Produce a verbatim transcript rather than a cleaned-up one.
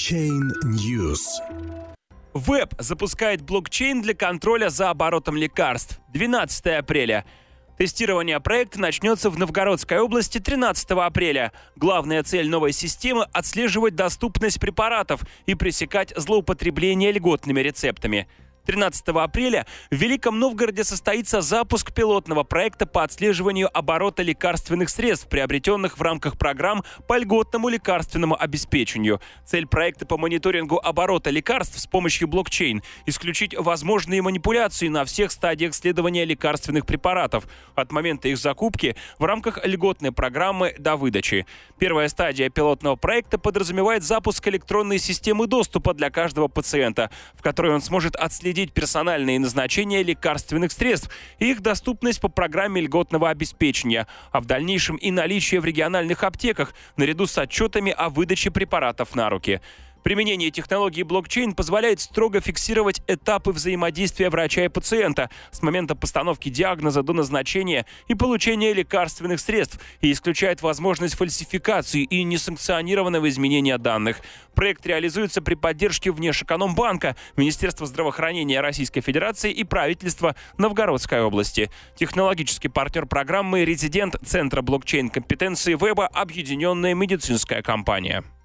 Chain News. Веб запускает блокчейн для контроля за оборотом лекарств. двенадцатого апреля. Тестирование проекта начнется в Новгородской области тринадцатого апреля. Главная цель новой системы – отслеживать доступность препаратов и пресекать злоупотребление льготными рецептами. тринадцатого апреля в Великом Новгороде состоится запуск пилотного проекта по отслеживанию оборота лекарственных средств, приобретенных в рамках программ по льготному лекарственному обеспечению. Цель проекта по мониторингу оборота лекарств с помощью блокчейн – исключить возможные манипуляции на всех стадиях следования лекарственных препаратов, от момента их закупки в рамках льготной программы до выдачи. Первая стадия пилотного проекта подразумевает запуск электронной системы доступа для каждого пациента, в которой он сможет отследить персональные назначения лекарственных средств и их доступность по программе льготного обеспечения, а в дальнейшем и наличие в региональных аптеках, наряду с отчетами о выдаче препаратов на руки. Применение технологии блокчейн позволяет строго фиксировать этапы взаимодействия врача и пациента с момента постановки диагноза до назначения и получения лекарственных средств и исключает возможность фальсификации и несанкционированного изменения данных. Проект реализуется при поддержке Внешэкономбанка, Министерства здравоохранения Российской Федерации и правительства Новгородской области. Технологический партнер программы — резидент Центра блокчейн-компетенции Веба «Объединенная медицинская компания».